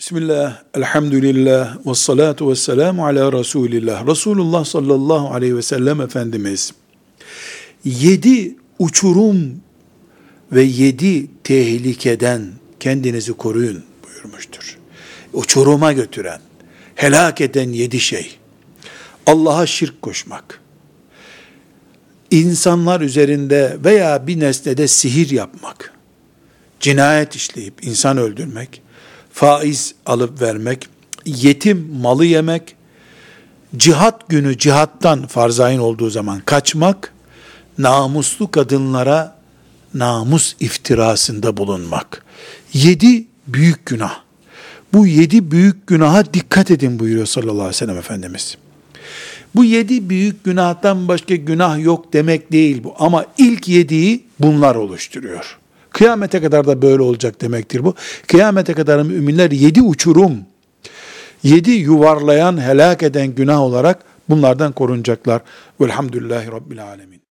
Bismillah, elhamdülillah, ve salatu ve selamu ala Resulillah. Resulullah sallallahu aleyhi ve sellem Efendimiz, 7 uçurum ve 7 tehlikeden kendinizi koruyun buyurmuştur. Uçuruma götüren, helak eden 7 şey. Allah'a şirk koşmak, insanlar üzerinde veya bir nesnede sihir yapmak, cinayet işleyip insan öldürmek, faiz alıp vermek, yetim malı yemek, cihat günü cihattan farz-ı olduğu zaman kaçmak, namuslu kadınlara namus iftirasında bulunmak. 7 büyük günah. Bu 7 büyük günaha dikkat edin buyuruyor sallallahu aleyhi ve sellem Efendimiz. Bu 7 büyük günahtan başka günah yok demek değil bu. Ama ilk 7'yi bunlar oluşturuyor. Kıyamete kadar da böyle olacak demektir bu. Kıyamete kadar müminler 7 uçurum, 7 yuvarlayan, helak eden günah olarak bunlardan korunacaklar. Velhamdülillahi Rabbil Alemin.